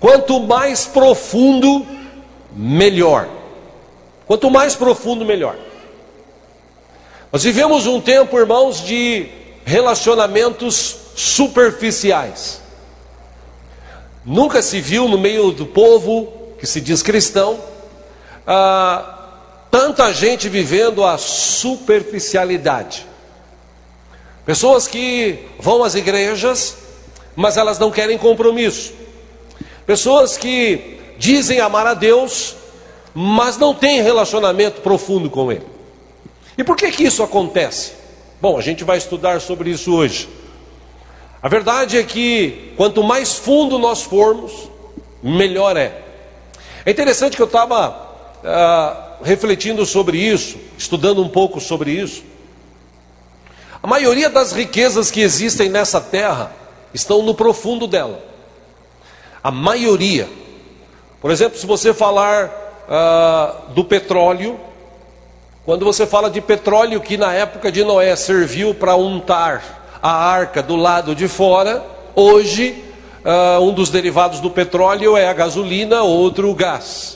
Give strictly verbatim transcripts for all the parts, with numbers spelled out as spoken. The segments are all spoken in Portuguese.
quanto mais profundo, melhor. Quanto mais profundo, melhor. Nós vivemos um tempo, irmãos, de relacionamentos superficiais. Nunca se viu no meio do povo que se diz cristão, ah, tanta gente vivendo a superficialidade. Pessoas que vão às igrejas, mas elas não querem compromisso. Pessoas que dizem amar a Deus, mas não têm relacionamento profundo com Ele. E por que que isso acontece? Bom, a gente vai estudar sobre isso hoje. A verdade é que quanto mais fundo nós formos, melhor é. É interessante que eu estava ah, refletindo sobre isso, estudando um pouco sobre isso. A maioria das riquezas que existem nessa terra estão no profundo dela. A maioria. Por exemplo, se você falar ah, do petróleo, quando você fala de petróleo que na época de Noé serviu para untar a arca do lado de fora, hoje uh, um dos derivados do petróleo é a gasolina, outro o gás.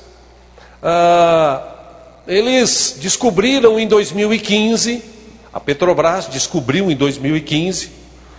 Uh, eles descobriram em dois mil e quinze, a Petrobras descobriu em dois mil e quinze,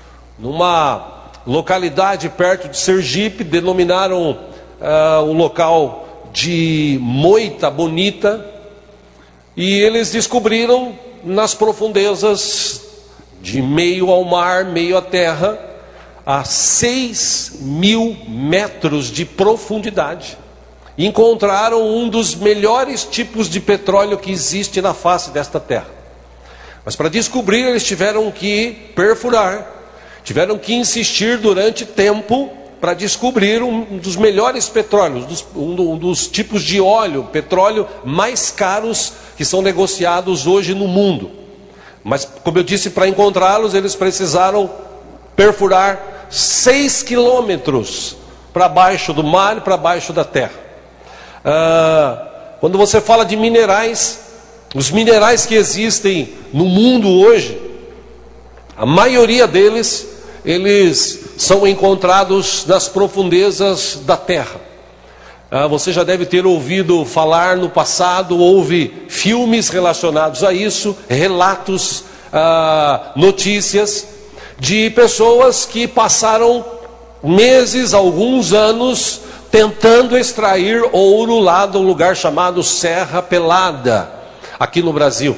numa localidade perto de Sergipe, denominaram uh, o local de Moita Bonita, e eles descobriram nas profundezas de meio ao mar, meio à terra, a seis mil metros de profundidade, encontraram um dos melhores tipos de petróleo que existe na face desta terra. Mas para descobrir eles tiveram que perfurar, tiveram que insistir durante tempo para descobrir um dos melhores petróleos, um dos tipos de óleo, petróleo mais caros que são negociados hoje no mundo. Mas, como eu disse, para encontrá-los, eles precisaram perfurar seis quilômetros para baixo do mar e para baixo da terra. Ah, quando você fala de minerais, os minerais que existem no mundo hoje, a maioria deles, eles são encontrados nas profundezas da terra. Ah, você já deve ter ouvido falar no passado, houve filmes relacionados a isso, relatos, ah, notícias de pessoas que passaram meses, alguns anos, tentando extrair ouro lá de um lugar chamado Serra Pelada, aqui no Brasil.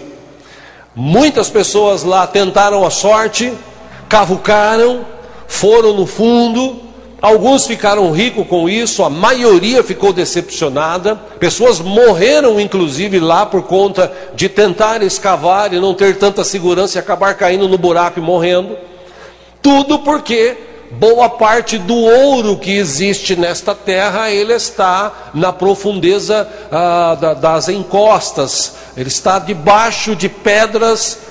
Muitas pessoas lá tentaram a sorte, cavucaram, foram no fundo. Alguns ficaram ricos com isso, a maioria ficou decepcionada. Pessoas morreram inclusive lá por conta de tentar escavar e não ter tanta segurança e acabar caindo no buraco e morrendo. Tudo porque boa parte do ouro que existe nesta terra, ele está na profundeza ah, da, das encostas. Ele está debaixo de pedras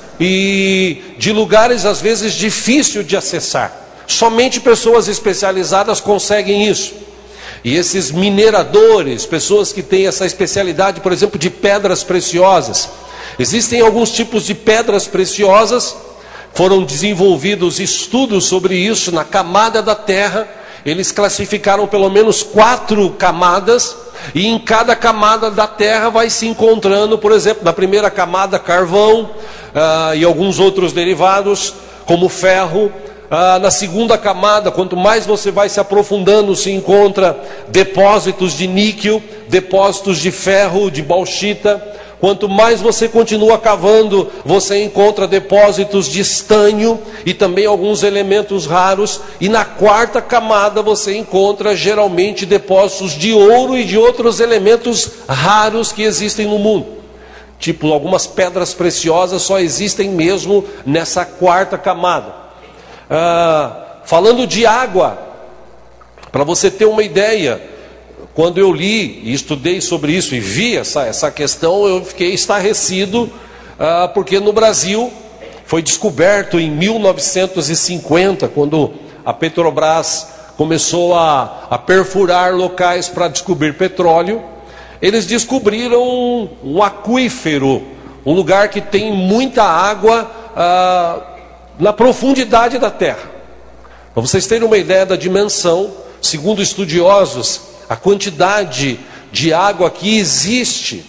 e de lugares às vezes difíceis de acessar. Somente pessoas especializadas conseguem isso. E esses mineradores, pessoas que têm essa especialidade, por exemplo, de pedras preciosas. Existem alguns tipos de pedras preciosas, foram desenvolvidos estudos sobre isso na camada da terra. Eles classificaram pelo menos quatro camadas, e em cada camada da terra vai se encontrando, por exemplo, na primeira camada carvão, ah, e alguns outros derivados, como ferro. Ah, na segunda camada, quanto mais você vai se aprofundando, se encontra depósitos de níquel, depósitos de ferro, de bauxita. Quanto mais você continua cavando, você encontra depósitos de estanho e também alguns elementos raros. E na quarta camada você encontra geralmente depósitos de ouro e de outros elementos raros que existem no mundo. Tipo, algumas pedras preciosas só existem mesmo nessa quarta camada. Ah, falando de água, para você ter uma ideia, quando eu li e estudei sobre isso e vi essa, essa questão, eu fiquei estarrecido, ah, porque no Brasil foi descoberto em mil novecentos e cinquenta, quando a Petrobras começou a, a perfurar locais para descobrir petróleo. Eles descobriram um, um aquífero, um lugar que tem muita água ah, na profundidade da terra. Para vocês terem uma ideia da dimensão, segundo estudiosos, a quantidade de água que existe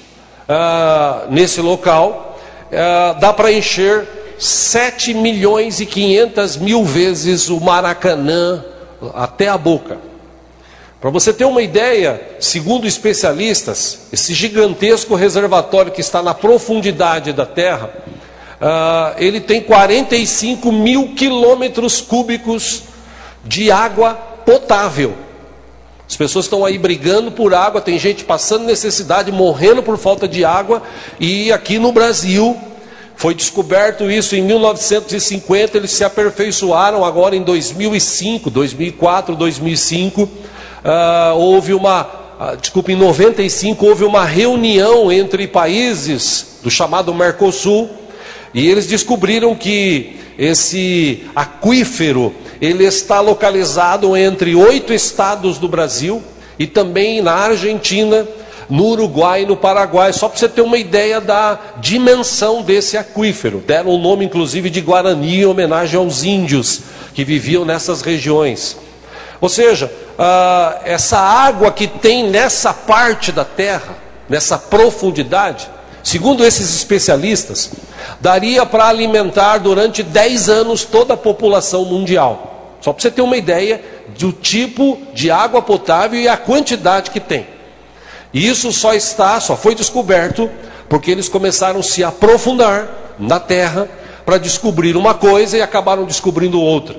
ah, nesse local, ah, dá para encher sete milhões e quinhentas mil vezes o Maracanã até a boca. Para você ter uma ideia, segundo especialistas, esse gigantesco reservatório que está na profundidade da Terra, uh, ele tem quarenta e cinco mil quilômetros cúbicos de água potável. As pessoas estão aí brigando por água, tem gente passando necessidade, morrendo por falta de água, e aqui no Brasil foi descoberto isso em mil novecentos e cinquenta, eles se aperfeiçoaram agora em dois mil e cinco, dois mil e quatro, dois mil e cinco. Uh, houve uma, uh, desculpa, em noventa e cinco houve uma reunião entre países do chamado Mercosul, e eles descobriram que esse aquífero, ele está localizado entre oito estados do Brasil, e também na Argentina, no Uruguai e no Paraguai, só para você ter uma ideia da dimensão desse aquífero. Deram o nome inclusive de Guarani, em homenagem aos índios que viviam nessas regiões. Ou seja, uh, essa água que tem nessa parte da terra, nessa profundidade, segundo esses especialistas, daria para alimentar durante dez anos toda a população mundial. Só para você ter uma ideia do tipo de água potável e a quantidade que tem. E isso só está, só foi descoberto porque eles começaram a se aprofundar na terra para descobrir uma coisa e acabaram descobrindo outra.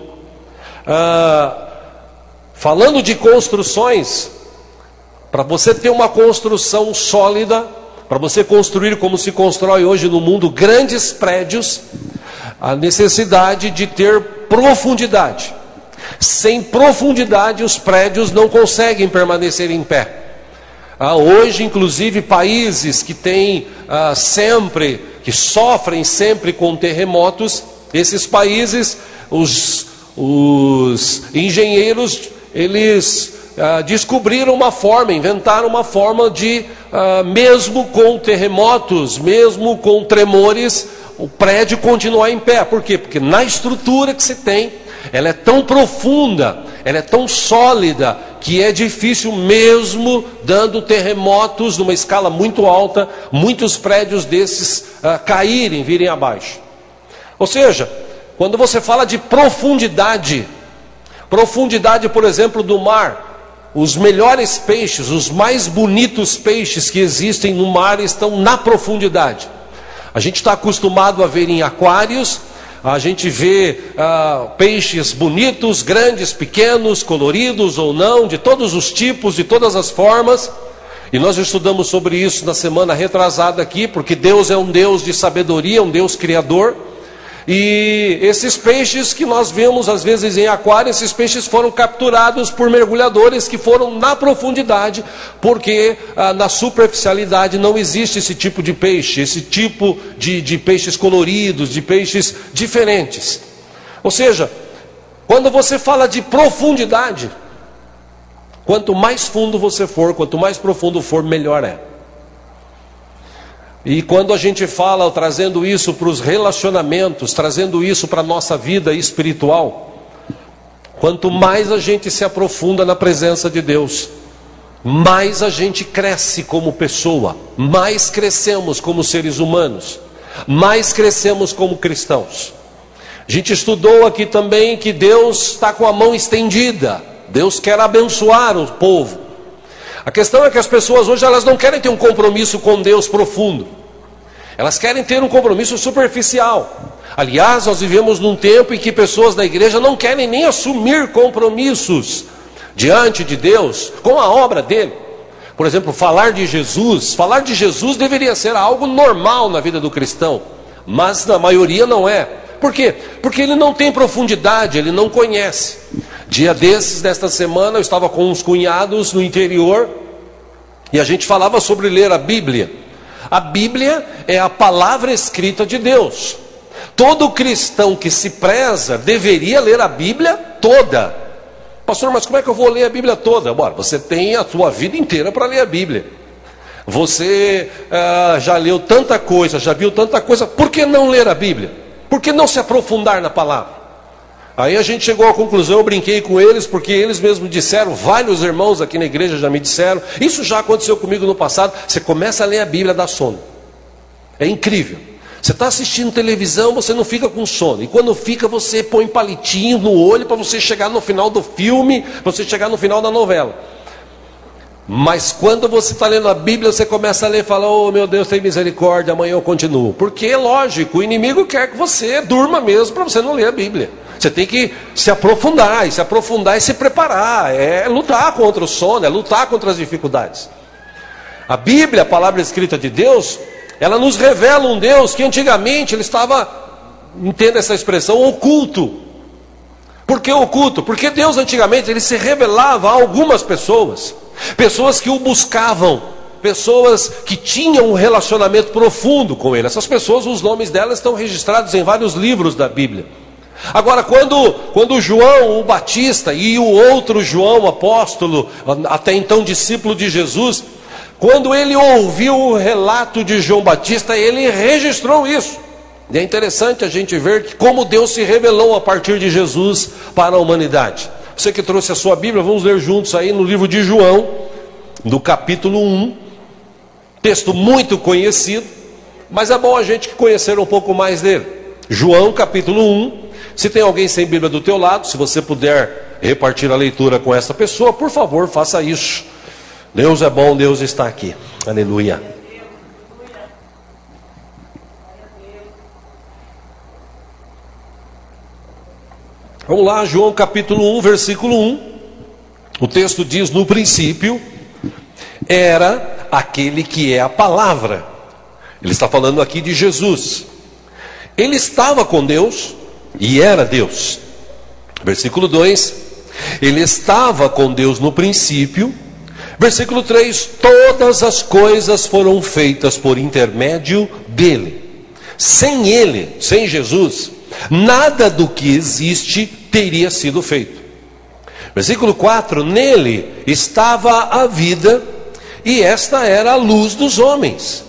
Ah... Falando de construções, para você ter uma construção sólida, para você construir como se constrói hoje no mundo grandes prédios, a necessidade de ter profundidade. Sem profundidade os prédios não conseguem permanecer em pé. Ah, hoje, inclusive, países que têm ah, sempre, que sofrem sempre com terremotos, esses países, os, os engenheiros, eles ah, descobriram uma forma, inventaram uma forma de, ah, mesmo com terremotos, mesmo com tremores, o prédio continuar em pé. Por quê? Porque na estrutura que se tem, ela é tão profunda, ela é tão sólida, que é difícil mesmo dando terremotos numa escala muito alta, muitos prédios desses ah, caírem, virem abaixo. Ou seja, quando você fala de profundidade, profundidade, por exemplo, do mar, os melhores peixes, os mais bonitos peixes que existem no mar estão na profundidade. A gente está acostumado a ver em aquários, a gente vê ah, peixes bonitos, grandes, pequenos, coloridos ou não, de todos os tipos, de todas as formas. E nós estudamos sobre isso na semana retrasada aqui, porque Deus é um Deus de sabedoria, um Deus criador. E esses peixes que nós vemos às vezes em aquário, esses peixes foram capturados por mergulhadores que foram na profundidade, porque ah, na superficialidade não existe esse tipo de peixe, esse tipo de, de peixes coloridos, de peixes diferentes. Ou seja, quando você fala de profundidade, quanto mais fundo você for, quanto mais profundo for, melhor é. E quando a gente fala, trazendo isso para os relacionamentos, trazendo isso para a nossa vida espiritual, quanto mais a gente se aprofunda na presença de Deus, mais a gente cresce como pessoa, mais crescemos como seres humanos, mais crescemos como cristãos. A gente estudou aqui também que Deus está com a mão estendida, Deus quer abençoar o povo. A questão é que as pessoas hoje elas não querem ter um compromisso com Deus profundo. Elas querem ter um compromisso superficial. Aliás, nós vivemos num tempo em que pessoas da igreja não querem nem assumir compromissos diante de Deus com a obra dele. Por exemplo, falar de Jesus. Falar de Jesus deveria ser algo normal na vida do cristão, mas na maioria não é. Por quê? Porque ele não tem profundidade, ele não conhece. Dia desses, desta semana, eu estava com uns cunhados no interior e a gente falava sobre ler a Bíblia. A Bíblia é a palavra escrita de Deus. Todo cristão que se preza deveria ler a Bíblia toda. Pastor, mas como é que eu vou ler a Bíblia toda? Bora, você tem a sua vida inteira para ler a Bíblia. Você ah, já leu tanta coisa, já viu tanta coisa, por que não ler a Bíblia? Por que não se aprofundar na palavra? Aí a gente chegou à conclusão, eu brinquei com eles, porque eles mesmos disseram, vários irmãos aqui na igreja já me disseram, isso já aconteceu comigo no passado, você começa a ler a Bíblia, dá sono. É incrível. Você está assistindo televisão, você não fica com sono. E quando fica, você põe palitinho no olho para você chegar no final do filme, para você chegar no final da novela. Mas quando você está lendo a Bíblia, você começa a ler e fala, oh meu Deus, tem misericórdia, amanhã eu continuo. Porque é lógico, o inimigo quer que você durma mesmo para você não ler a Bíblia. Você tem que se aprofundar, e se aprofundar e se preparar. É lutar contra o sono, é lutar contra as dificuldades. A Bíblia, a palavra escrita de Deus, ela nos revela um Deus que antigamente ele estava, entenda essa expressão, oculto. Por que oculto? Porque Deus antigamente ele se revelava a algumas pessoas. Pessoas que o buscavam. Pessoas que tinham um relacionamento profundo com ele. Essas pessoas, os nomes delas estão registrados em vários livros da Bíblia. Agora, quando, quando João, o Batista, e o outro João, apóstolo, até então discípulo de Jesus, quando ele ouviu o relato de João Batista, ele registrou isso. E é interessante a gente ver que como Deus se revelou a partir de Jesus para a humanidade. Você que trouxe a sua Bíblia, vamos ler juntos aí no livro de João, no capítulo um, texto muito conhecido, mas é bom a gente conhecer um pouco mais dele. João capítulo um. Se tem alguém sem Bíblia do teu lado, se você puder repartir a leitura com essa pessoa, por favor, faça isso. Deus é bom, Deus está aqui. Aleluia. Vamos lá, João capítulo um, versículo um. O texto diz, no princípio, era aquele que é a palavra. Ele está falando aqui de Jesus. Ele estava com Deus e era Deus. Versículo dois, ele estava com Deus no princípio. Versículo três, todas as coisas foram feitas por intermédio dele. Sem ele, sem Jesus, nada do que existe teria sido feito. Versículo quatro, nele estava a vida, e esta era a luz dos homens.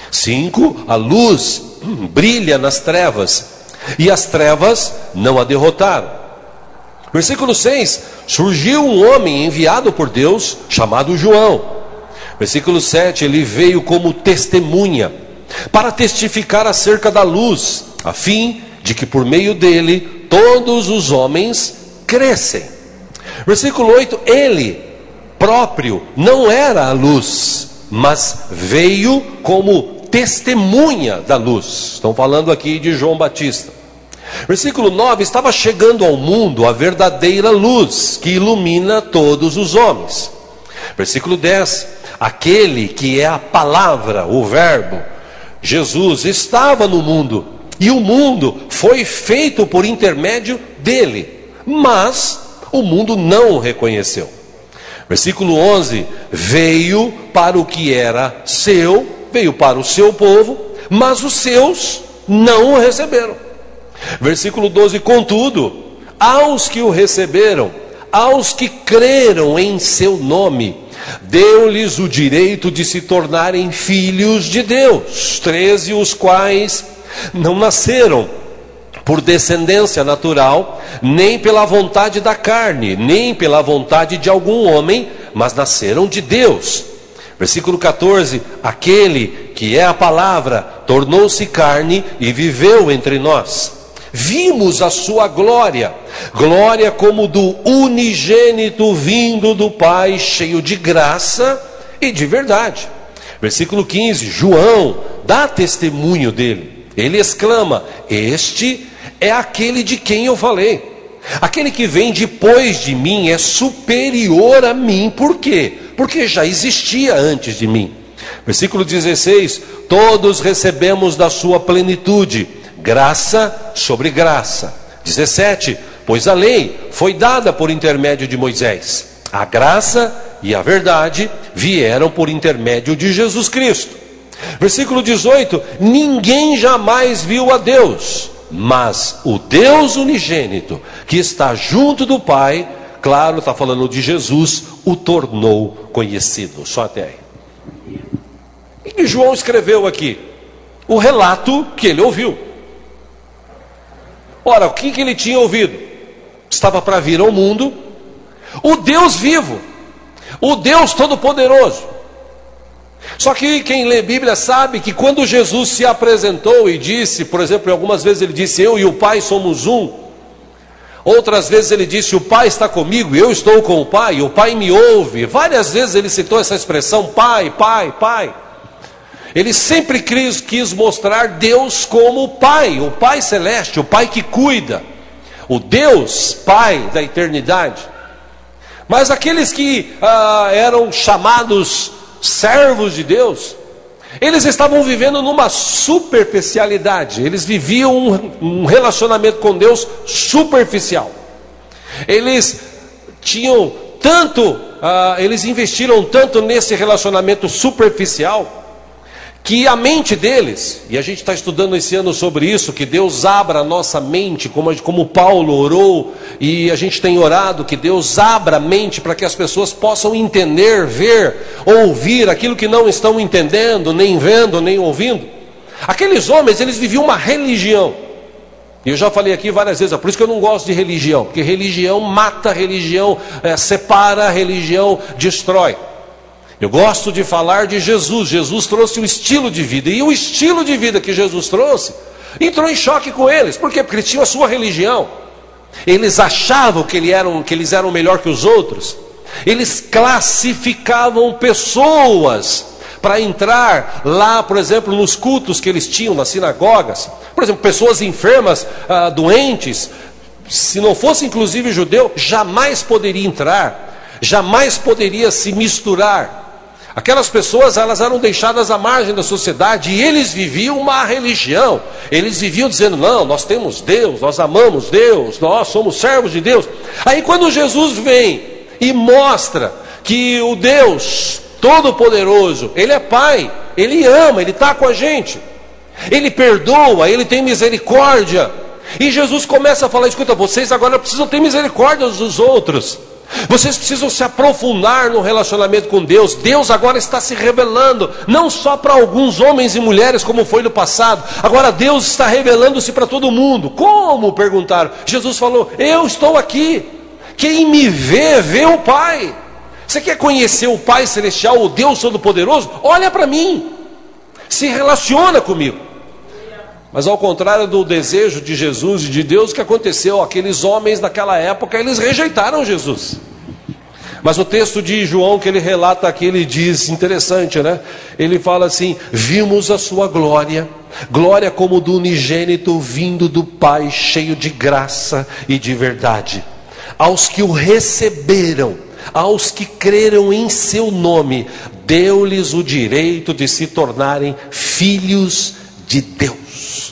cinco, a luz brilha nas trevas, e as trevas não a derrotaram. Versículo seis, surgiu um homem enviado por Deus, chamado João. Versículo sete, ele veio como testemunha, para testificar acerca da luz, a fim de que por meio dele todos os homens crescem. Versículo oito, ele próprio não era a luz, mas veio como testemunha da luz. Estão falando aqui de João Batista. Versículo nove, estava chegando ao mundo a verdadeira luz, que ilumina todos os homens. Versículo dez, aquele que é a palavra, o verbo, Jesus, estava no mundo, e o mundo foi feito por intermédio dele, mas o mundo não o reconheceu. Versículo onze, veio para o que era seu, veio para o seu povo, mas os seus não o receberam. Versículo doze, contudo, aos que o receberam, aos que creram em seu nome, deu-lhes o direito de se tornarem filhos de Deus. treze, os quais não nasceram por descendência natural, nem pela vontade da carne, nem pela vontade de algum homem, mas nasceram de Deus. Versículo quatorze, aquele que é a palavra, tornou-se carne e viveu entre nós. Vimos a sua glória, glória como do unigênito vindo do Pai, cheio de graça e de verdade. Versículo quinze, João dá testemunho dele. Ele exclama, este é aquele de quem eu falei. Aquele que vem depois de mim é superior a mim. Por quê? Porque já existia antes de mim. Versículo dezesseis, todos recebemos da sua plenitude, graça sobre graça. dezessete, pois a lei foi dada por intermédio de Moisés. A graça e a verdade vieram por intermédio de Jesus Cristo. Versículo dezoito, ninguém jamais viu a Deus, mas o Deus unigênito, que está junto do Pai, claro, está falando de Jesus, o tornou conhecido. Só até aí. O que João escreveu aqui? O relato que ele ouviu. Ora, o que, que ele tinha ouvido? estava para vir ao mundo, o Deus vivo, o Deus Todo-Poderoso. Só que quem lê Bíblia sabe que quando Jesus se apresentou e disse, por exemplo, algumas vezes ele disse, eu e o Pai somos um. Outras vezes ele disse, o Pai está comigo, eu estou com o Pai, o Pai me ouve. Várias vezes ele citou essa expressão, Pai, Pai, Pai. Ele sempre quis, quis mostrar Deus como o Pai, o Pai Celeste, o Pai que cuida, o Deus Pai da eternidade. Mas aqueles que ah, eram chamados servos de Deus, eles estavam vivendo numa superficialidade. Eles viviam um, um relacionamento com Deus superficial. Eles tinham tanto, uh, eles investiram tanto nesse relacionamento superficial, que a mente deles, e a gente está estudando esse ano sobre isso, que Deus abra a nossa mente, como, como Paulo orou, e a gente tem orado, que Deus abra a mente para que as pessoas possam entender, ver, ouvir aquilo que não estão entendendo, nem vendo, nem ouvindo. Aqueles homens, eles viviam uma religião, e eu já falei aqui várias vezes, é por isso que eu não gosto de religião, porque religião mata, religião é, separa, religião destrói. Eu gosto de falar de Jesus. Jesus trouxe um estilo de vida, e o estilo de vida que Jesus trouxe entrou em choque com eles. Por quê? Porque eles tinham a sua religião. Eles achavam que, ele eram, que eles eram melhor que os outros. Eles classificavam pessoas para entrar lá, por exemplo, nos cultos que eles tinham, nas sinagogas. Por exemplo, pessoas enfermas, ah, doentes, se não fosse inclusive judeu, jamais poderia entrar, jamais poderia se misturar. Aquelas pessoas, elas eram deixadas à margem da sociedade, e eles viviam uma religião. Eles viviam dizendo, não, nós temos Deus, nós amamos Deus, nós somos servos de Deus. Aí quando Jesus vem e mostra que o Deus Todo-Poderoso, Ele é Pai, Ele ama, Ele está com a gente, Ele perdoa, Ele tem misericórdia. E Jesus começa a falar, escuta, vocês agora precisam ter misericórdia uns dos outros. Vocês precisam se aprofundar no relacionamento com Deus. Deus agora está se revelando, não só para alguns homens e mulheres como foi no passado. Agora Deus está revelando-se para todo mundo. Como? Perguntaram. Jesus falou, eu estou aqui. Quem me vê, vê o Pai. Você quer conhecer o Pai Celestial, o Deus Todo-Poderoso? Olha para mim. Se relaciona comigo. Mas ao contrário do desejo de Jesus e de Deus, o que aconteceu? Aqueles homens naquela época, eles rejeitaram Jesus. Mas o texto de João que ele relata aqui, ele diz, interessante, né? Ele fala assim, vimos a sua glória, glória como do unigênito vindo do Pai, cheio de graça e de verdade. Aos que o receberam, aos que creram em seu nome, deu-lhes o direito de se tornarem filhos de Deus.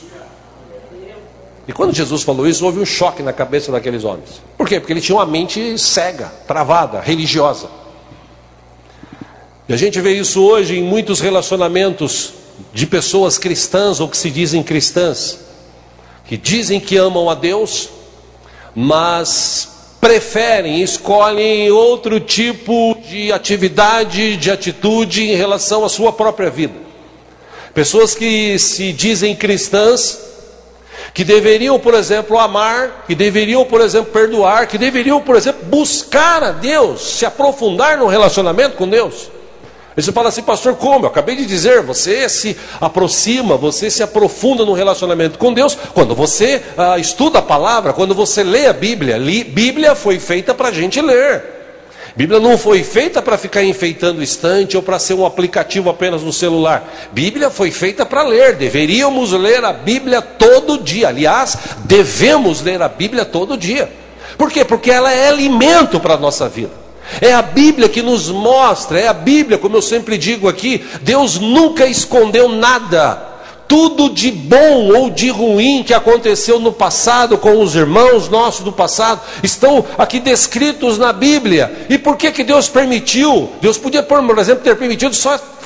E quando Jesus falou isso, houve um choque na cabeça daqueles homens. Por quê? Porque eles tinham uma mente cega, travada, religiosa. E a gente vê isso hoje em muitos relacionamentos de pessoas cristãs ou que se dizem cristãs, que dizem que amam a Deus, mas preferem, escolhem outro tipo de atividade, de atitude em relação à sua própria vida. Pessoas que se dizem cristãs, que deveriam, por exemplo, amar, que deveriam, por exemplo, perdoar, que deveriam, por exemplo, buscar a Deus, se aprofundar no relacionamento com Deus. Aí você fala assim, pastor, como? Eu acabei de dizer, você se aproxima, você se aprofunda no relacionamento com Deus, quando você ah, estuda a palavra, quando você lê a Bíblia. Li, Bíblia foi feita para a gente ler. Bíblia não foi feita para ficar enfeitando estante ou para ser um aplicativo apenas no celular. Bíblia foi feita para ler. Deveríamos ler a Bíblia todo dia. Aliás, devemos ler a Bíblia todo dia. Por quê? Porque ela é alimento para a nossa vida. É a Bíblia que nos mostra, é a Bíblia, como eu sempre digo aqui, Deus nunca escondeu nada. Tudo de bom ou de ruim que aconteceu no passado com os irmãos nossos do passado estão aqui descritos na Bíblia. E por que que Deus permitiu? Deus podia, por exemplo, ter permitido só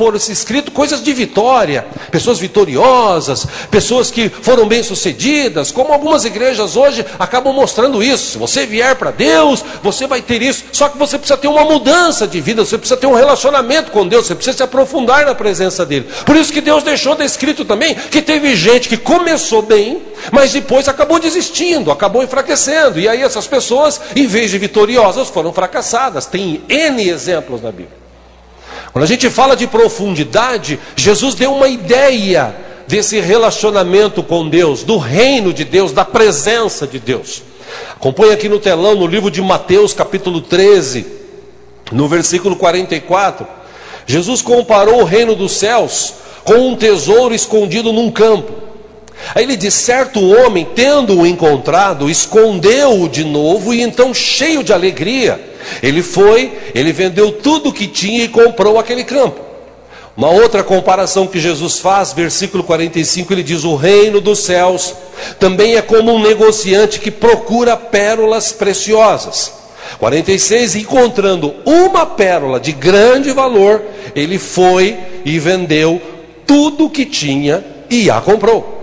foram escritas coisas de vitória, pessoas vitoriosas, pessoas que foram bem-sucedidas, como algumas igrejas hoje acabam mostrando isso. Se você vier para Deus, você vai ter isso. Só que você precisa ter uma mudança de vida, você precisa ter um relacionamento com Deus, você precisa se aprofundar na presença dele. Por isso que Deus deixou descrito também que teve gente que começou bem, mas depois acabou desistindo, acabou enfraquecendo. E aí essas pessoas, em vez de vitoriosas, foram fracassadas. Tem N exemplos na Bíblia. Quando a gente fala de profundidade, Jesus deu uma ideia desse relacionamento com Deus, do reino de Deus, da presença de Deus. Acompanhe aqui no telão, no livro de Mateus, capítulo treze, no versículo quarenta e quatro. Jesus comparou o reino dos céus com um tesouro escondido num campo. Aí ele diz: certo homem, tendo-o encontrado, escondeu-o de novo, e então, cheio de alegria, ele foi, ele vendeu tudo o que tinha e comprou aquele campo. Uma outra comparação que Jesus faz, versículo quarenta e cinco, ele diz: o reino dos céus também é como um negociante que procura pérolas preciosas. quarenta e seis, encontrando uma pérola de grande valor, ele foi e vendeu tudo o que tinha e a comprou.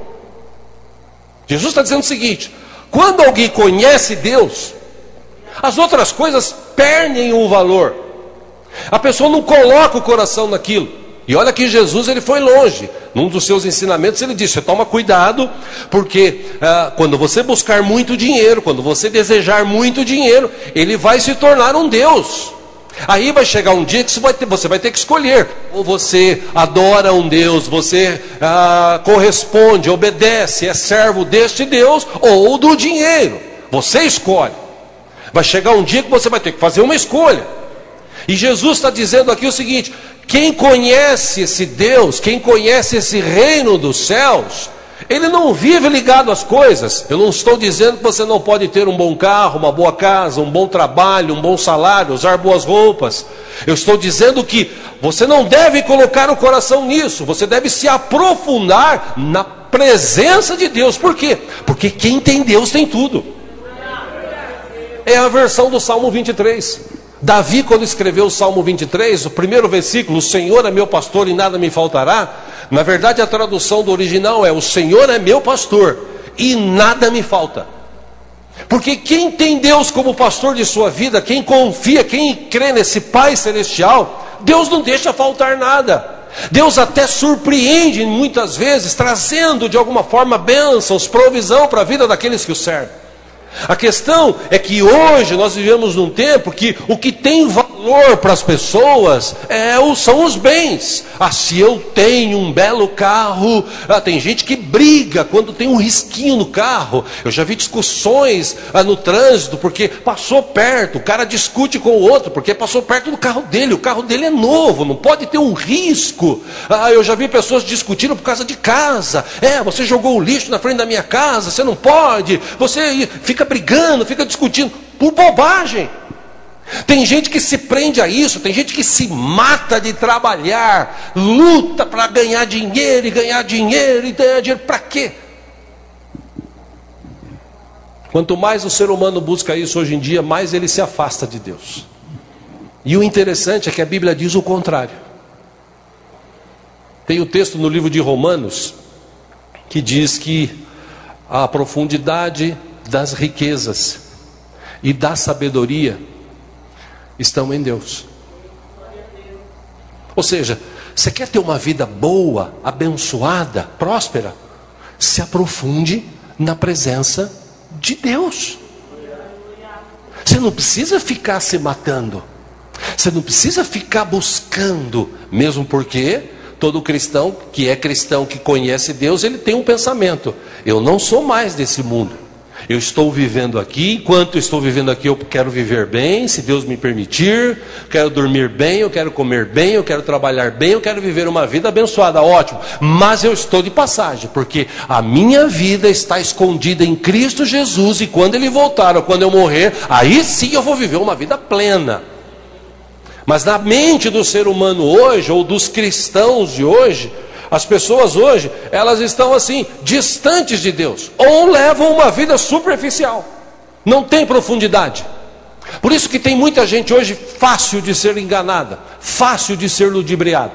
Jesus está dizendo o seguinte: quando alguém conhece Deus, as outras coisas perdem o valor. A pessoa não coloca o coração naquilo. E olha que Jesus, ele foi longe. Num dos seus ensinamentos ele disse: toma cuidado, porque ah, quando você buscar muito dinheiro, quando você desejar muito dinheiro, ele vai se tornar um Deus. Aí vai chegar um dia que você vai ter, você vai ter que escolher. Ou você adora um Deus, você ah, corresponde, obedece, é servo deste Deus, ou do dinheiro. Você escolhe. Vai chegar um dia que você vai ter que fazer uma escolha. E Jesus está dizendo aqui o seguinte: quem conhece esse Deus, quem conhece esse reino dos céus, ele não vive ligado às coisas. Eu não estou dizendo que você não pode ter um bom carro, uma boa casa, um bom trabalho, um bom salário, usar boas roupas. Eu estou dizendo que você não deve colocar o coração nisso. Você deve se aprofundar na presença de Deus. Por quê? Porque quem tem Deus tem tudo. É a versão do Salmo vinte e três. Davi, quando escreveu o Salmo vinte e três, o primeiro versículo: o Senhor é meu pastor e nada me faltará. Na verdade, a tradução do original é: o Senhor é meu pastor e nada me falta. Porque quem tem Deus como pastor de sua vida, quem confia, quem crê nesse Pai Celestial, Deus não deixa faltar nada. Deus até surpreende muitas vezes, trazendo de alguma forma bênçãos, provisão para a vida daqueles que o servem. A questão é que hoje nós vivemos num tempo que o que tem valor para as pessoas é, são os bens. Ah, se eu tenho um belo carro, ah, tem gente que briga quando tem um risquinho no carro. Eu já vi discussões ah, no trânsito porque passou perto. O cara discute com o outro porque passou perto do carro dele. O carro dele é novo, não pode ter um risco. Ah, eu já vi pessoas discutindo por causa de casa. É, você jogou o lixo na frente da minha casa, você não pode. Você fica brigando, fica discutindo por bobagem. Tem gente que se prende a isso, tem gente que se mata de trabalhar, luta para ganhar dinheiro e ganhar dinheiro e ganhar dinheiro para quê? Quanto mais o ser humano busca isso hoje em dia, mais ele se afasta de Deus. E o interessante é que a Bíblia diz o contrário. Tem o texto no livro de Romanos que diz que a profundidade das riquezas e da sabedoria estão em Deus. Ou seja, você quer ter uma vida boa, abençoada, próspera? Se aprofunde na presença de Deus. Você não precisa ficar se matando. Você não precisa ficar buscando, mesmo porque todo cristão que é cristão, que conhece Deus, ele tem um pensamento: eu não sou mais desse mundo. Eu estou vivendo aqui, enquanto estou vivendo aqui eu quero viver bem, se Deus me permitir, quero dormir bem, eu quero comer bem, eu quero trabalhar bem, eu quero viver uma vida abençoada, ótimo. Mas eu estou de passagem, porque a minha vida está escondida em Cristo Jesus, e quando Ele voltar ou quando eu morrer, aí sim eu vou viver uma vida plena. Mas na mente do ser humano hoje, ou dos cristãos de hoje, as pessoas hoje, elas estão assim, distantes de Deus, ou levam uma vida superficial, não tem profundidade. Por isso que tem muita gente hoje fácil de ser enganada, fácil de ser ludibriada.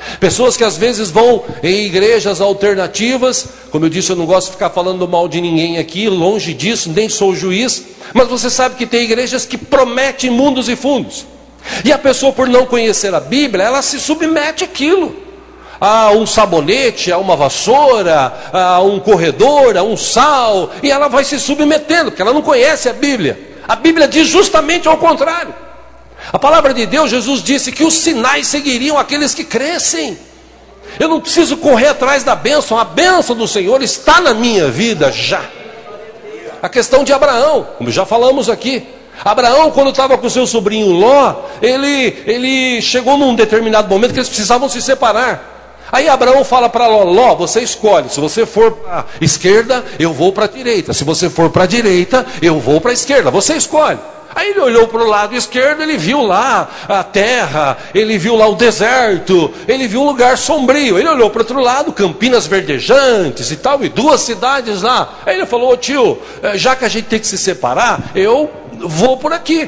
Pessoas que às vezes vão em igrejas alternativas. Como eu disse, eu não gosto de ficar falando mal de ninguém aqui, longe disso, nem sou juiz. Mas você sabe que tem igrejas que prometem mundos e fundos. E a pessoa, por não conhecer a Bíblia, ela se submete àquilo. A um sabonete, a uma vassoura, a um corredor, a um sal. E ela vai se submetendo, porque ela não conhece a Bíblia. A Bíblia diz justamente ao contrário. A palavra de Deus, Jesus disse que os sinais seguiriam aqueles que crescem. Eu não preciso correr atrás da bênção. A bênção do Senhor está na minha vida já. A questão de Abraão, como já falamos aqui. Abraão, quando estava com seu sobrinho Ló, ele, ele chegou num determinado momento que eles precisavam se separar. Aí Abraão fala para Ló: Ló, você escolhe. Se você for para a esquerda, eu vou para a direita. Se você for para a direita, eu vou para a esquerda. Você escolhe. Aí ele olhou para o lado esquerdo, ele viu lá a terra, ele viu lá o deserto, ele viu um lugar sombrio. Ele olhou para o outro lado, campinas verdejantes e tal, e duas cidades lá. Aí ele falou: ô tio, já que a gente tem que se separar, eu vou por aqui.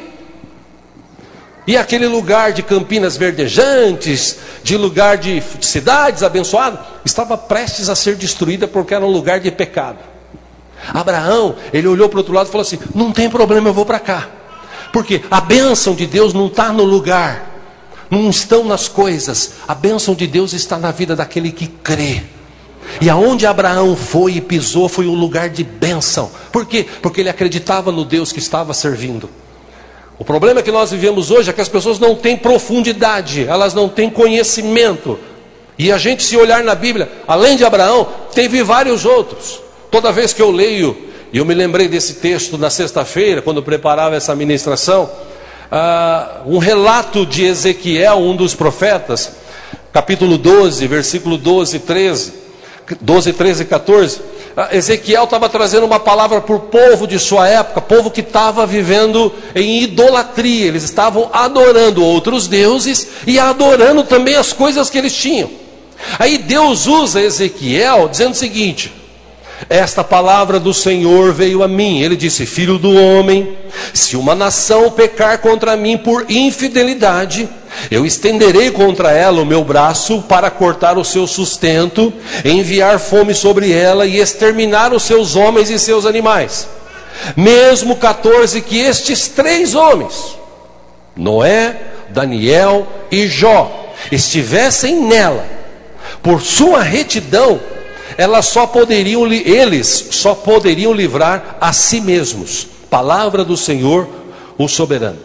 E aquele lugar de campinas verdejantes, de lugar de cidades abençoadas, estava prestes a ser destruída porque era um lugar de pecado. Abraão, ele olhou para o outro lado e falou assim: não tem problema, eu vou para cá. Porque a bênção de Deus não está no lugar, não estão nas coisas. A bênção de Deus está na vida daquele que crê. E aonde Abraão foi e pisou foi um lugar de bênção. Por quê? Porque ele acreditava no Deus que estava servindo. O problema que nós vivemos hoje é que as pessoas não têm profundidade, elas não têm conhecimento. E a gente, se olhar na Bíblia, além de Abraão, teve vários outros. Toda vez que eu leio, e eu me lembrei desse texto na sexta-feira, quando eu preparava essa ministração, ah, um relato de Ezequiel, um dos profetas, capítulo doze, versículo doze, treze, doze, treze e quatorze. Ah, Ezequiel estava trazendo uma palavra para o povo de sua época, povo que estava vivendo em idolatria. Eles estavam adorando outros deuses e adorando também as coisas que eles tinham. Aí Deus usa Ezequiel dizendo o seguinte: esta palavra do Senhor veio a mim. Ele disse: filho do homem, se uma nação pecar contra mim por infidelidade, eu estenderei contra ela o meu braço para cortar o seu sustento, enviar fome sobre ela e exterminar os seus homens e seus animais. Mesmo quatorze que estes três homens, Noé, Daniel e Jó, estivessem nela, por sua retidão, elas só poderiam, eles só poderiam livrar a si mesmos. Palavra do Senhor, o soberano.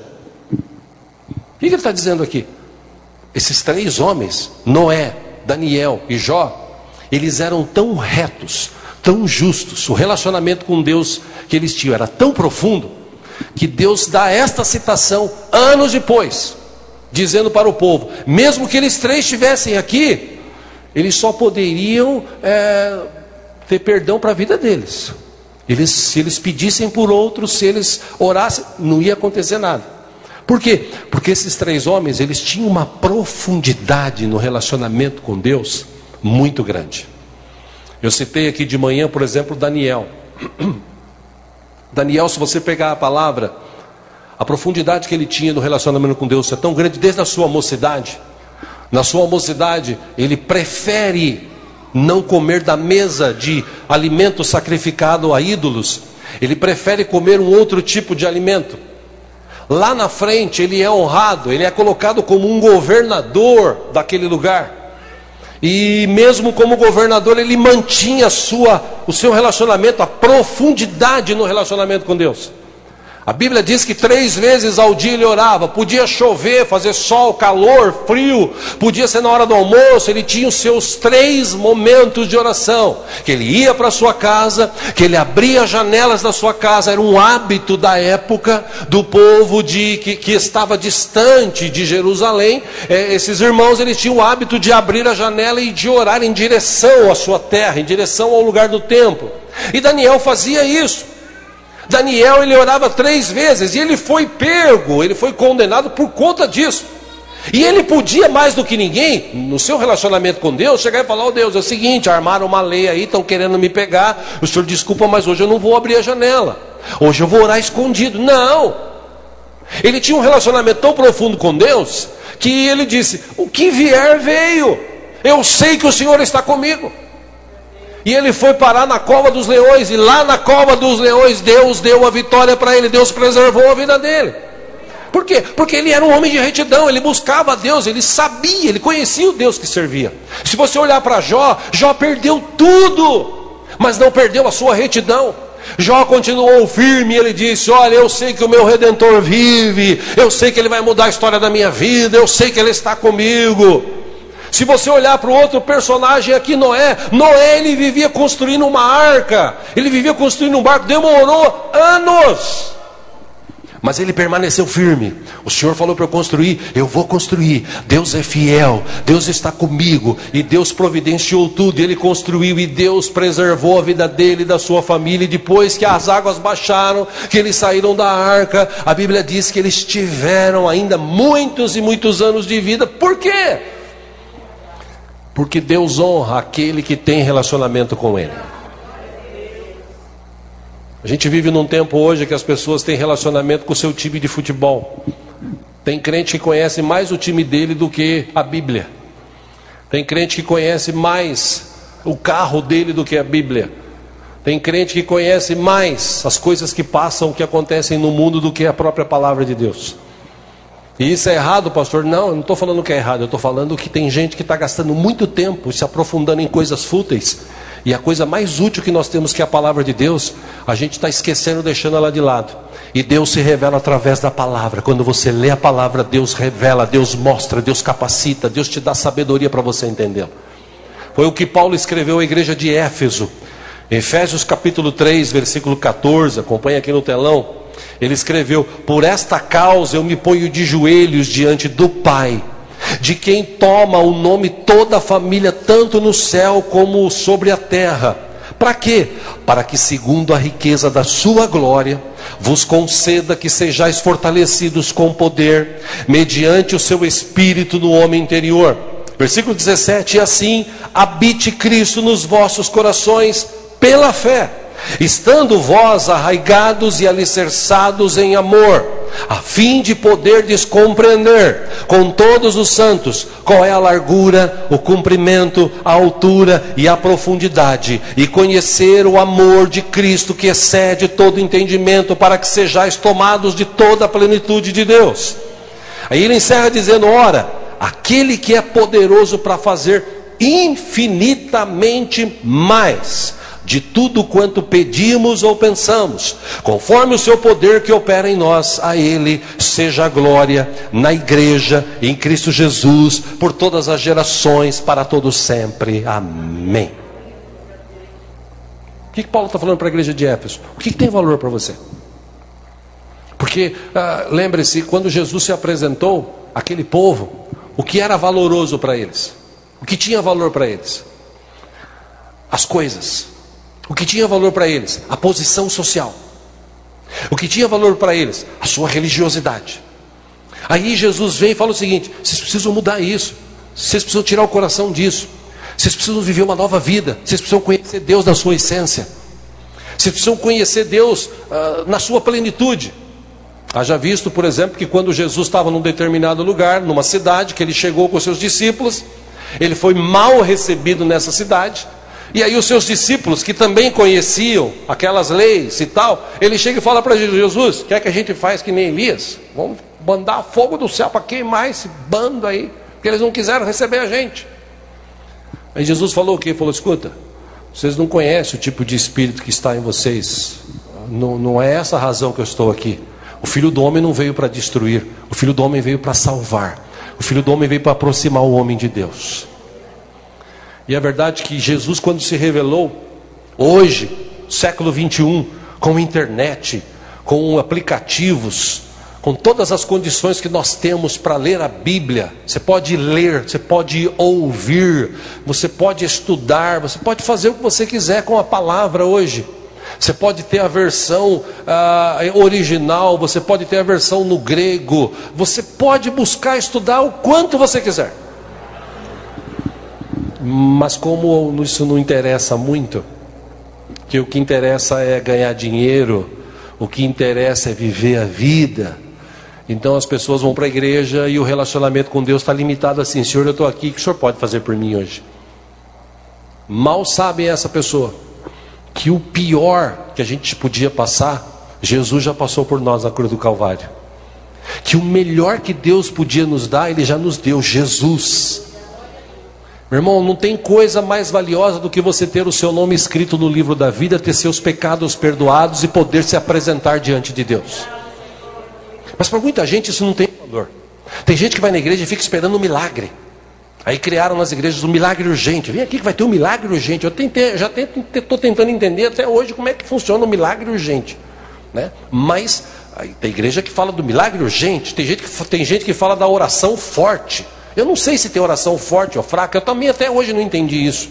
O que ele está dizendo aqui? Esses três homens, Noé, Daniel e Jó, eles eram tão retos, tão justos. O relacionamento com Deus que eles tinham era tão profundo, que Deus dá esta citação anos depois, dizendo para o povo: mesmo que eles três estivessem aqui, eles só poderiam é, ter perdão para a vida deles. Eles, se eles pedissem por outros, se eles orassem, não ia acontecer nada. Por quê? Porque esses três homens, eles tinham uma profundidade no relacionamento com Deus muito grande. Eu citei aqui de manhã, por exemplo, Daniel. Daniel, se você pegar a palavra, a profundidade que ele tinha no relacionamento com Deus é tão grande desde a sua mocidade. Na sua mocidade, ele prefere não comer da mesa de alimento sacrificado a ídolos. Ele prefere comer um outro tipo de alimento. Lá na frente, ele é honrado, ele é colocado como um governador daquele lugar. E mesmo como governador, ele mantinha a sua, o seu relacionamento, a profundidade no relacionamento com Deus. A Bíblia diz que três vezes ao dia ele orava. Podia chover, fazer sol, calor, frio. Podia ser na hora do almoço. Ele tinha os seus três momentos de oração. Que ele ia para a sua casa, que ele abria as janelas da sua casa. Era um hábito da época do povo de, que, que estava distante de Jerusalém. É, esses irmãos, eles tinham o hábito de abrir a janela e de orar em direção à sua terra, em direção ao lugar do templo. E Daniel fazia isso. Daniel, ele orava três vezes e ele foi pego, ele foi condenado por conta disso. E ele podia mais do que ninguém, no seu relacionamento com Deus, chegar e falar: ó Deus, é o seguinte, armaram uma lei aí, estão querendo me pegar, o senhor desculpa, mas hoje eu não vou abrir a janela, hoje eu vou orar escondido. Não, ele tinha um relacionamento tão profundo com Deus, que ele disse: o que vier veio, Eu sei que o Senhor está comigo. E ele foi parar na cova dos leões, e lá na cova dos leões Deus deu a vitória para ele, Deus preservou a vida dele. Por quê? Porque ele era um homem de retidão, ele buscava a Deus, ele sabia, ele conhecia o Deus que servia. Se você olhar para Jó, Jó perdeu tudo, mas não perdeu a sua retidão. Jó continuou firme, ele disse: olha, eu sei que o meu Redentor vive, eu sei que ele vai mudar a história da minha vida, eu sei que ele está comigo. Se você olhar para o outro personagem aqui, Noé, Noé ele vivia construindo uma arca, ele vivia construindo um barco, demorou anos, mas ele permaneceu firme. O Senhor falou para eu construir, eu vou construir. Deus é fiel, Deus está comigo, e Deus providenciou tudo, ele construiu, e Deus preservou a vida dele e da sua família. E depois que as águas baixaram, que eles saíram da arca, a Bíblia diz que eles tiveram ainda muitos e muitos anos de vida. Por quê? Porque Deus honra aquele que tem relacionamento com Ele. A gente vive num tempo hoje que as pessoas têm relacionamento com o seu time de futebol. Tem crente que conhece mais o time dele do que a Bíblia. Tem crente que conhece mais o carro dele do que a Bíblia. Tem crente que conhece mais as coisas que passam, que acontecem no mundo, do que a própria palavra de Deus. E isso é errado, pastor? Não, eu não estou falando que é errado. Eu estou falando que tem gente que está gastando muito tempo se aprofundando em coisas fúteis. E a coisa mais útil que nós temos, que é a palavra de Deus, a gente está esquecendo, deixando ela de lado. E Deus se revela através da palavra. Quando você lê a palavra, Deus revela, Deus mostra, Deus capacita, Deus te dá sabedoria para você entendê-la. Foi o que Paulo escreveu à igreja de Éfeso. Efésios capítulo três, versículo catorze, acompanha aqui no telão. Ele escreveu: por esta causa eu me ponho de joelhos diante do Pai, de quem toma o nome toda a família, tanto no céu como sobre a terra. Para quê? Para que, segundo a riqueza da sua glória, vos conceda que sejais fortalecidos com poder, mediante o seu Espírito no homem interior. Versículo dezessete: e assim habite Cristo nos vossos corações pela fé, estando vós arraigados e alicerçados em amor, a fim de poderdes compreender com todos os santos qual é a largura, o comprimento, a altura e a profundidade, e conhecer o amor de Cristo que excede todo entendimento, para que sejais tomados de toda a plenitude de Deus. Aí ele encerra dizendo: ora, aquele que é poderoso para fazer infinitamente mais de tudo quanto pedimos ou pensamos, conforme o seu poder que opera em nós, a Ele seja a glória na igreja, em Cristo Jesus, por todas as gerações, para todos sempre. Amém. O que, que Paulo está falando para a igreja de Éfeso? O que, que tem valor para você? Porque, ah, lembre-se, quando Jesus se apresentou àquele povo, o que era valoroso para eles? O que tinha valor para eles? As coisas. O que tinha valor para eles? A posição social. O que tinha valor para eles? A sua religiosidade. Aí Jesus vem e fala o seguinte: vocês precisam mudar isso. Vocês precisam tirar o coração disso. Vocês precisam viver uma nova vida. Vocês precisam conhecer Deus na sua essência. Vocês precisam conhecer Deus uh, na sua plenitude. Haja visto, por exemplo, que quando Jesus estava num determinado lugar, numa cidade, que ele chegou com seus discípulos, ele foi mal recebido nessa cidade. E aí os seus discípulos, que também conheciam aquelas leis e tal, ele chega e fala para Jesus: quer que a gente faça que nem Elias? Vamos mandar fogo do céu para queimar esse bando aí, porque eles não quiseram receber a gente. Aí Jesus falou o quê? Ele falou: escuta, vocês não conhecem o tipo de espírito que está em vocês. Não, não é essa a razão que eu estou aqui. O Filho do Homem não veio para destruir, o Filho do Homem veio para salvar. O Filho do Homem veio para aproximar o homem de Deus. E é verdade que Jesus, quando se revelou, hoje, século vinte e um, com internet, com aplicativos, com todas as condições que nós temos para ler a Bíblia, você pode ler, você pode ouvir, você pode estudar, você pode fazer o que você quiser com a palavra hoje. Você pode ter a versão ah, original, você pode ter a versão no grego, você pode buscar estudar o quanto você quiser. Mas como isso não interessa muito, que o que interessa é ganhar dinheiro, o que interessa é viver a vida, Então as pessoas vão para a igreja e o relacionamento com Deus está limitado assim: Senhor, eu estou aqui, o que o Senhor pode fazer por mim hoje? Mal sabe essa pessoa que o pior que a gente podia passar, Jesus já passou por nós na cruz do Calvário. Que o melhor que Deus podia nos dar, Ele já nos deu, Jesus. Meu irmão, não tem coisa mais valiosa do que você ter o seu nome escrito no livro da vida, ter seus pecados perdoados e poder se apresentar diante de Deus. Mas para muita gente isso não tem valor. Tem gente que vai na igreja e fica esperando um milagre. Aí criaram nas igrejas um milagre urgente. Vem aqui que vai ter um milagre urgente. Eu tentei, já estou tentando entender até hoje como é que funciona o milagre urgente, né? Mas aí, tem igreja que fala do milagre urgente. Tem gente, que, tem gente que fala da oração forte. Eu não sei se tem oração forte ou fraca. Eu também até hoje não entendi isso.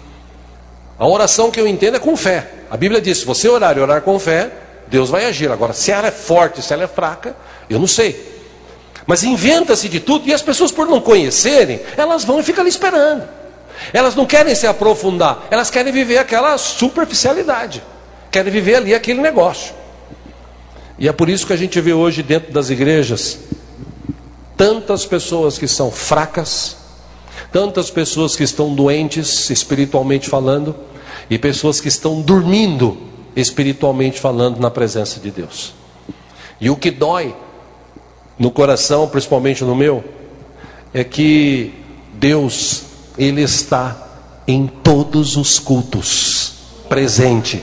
A oração que eu entendo é com fé. A Bíblia diz: se você orar e orar com fé, Deus vai agir. Agora, se ela é forte, se ela é fraca, eu não sei. Mas inventa-se de tudo, e as pessoas, por não conhecerem, elas vão e ficam ali esperando. Elas não querem se aprofundar, elas querem viver aquela superficialidade, querem viver ali aquele negócio. E é por isso que a gente vê hoje dentro das igrejas tantas pessoas que são fracas, tantas pessoas que estão doentes espiritualmente falando, e pessoas que estão dormindo espiritualmente falando na presença de Deus. E o que dói no coração, principalmente no meu, é que Deus, Ele está em todos os cultos, presente,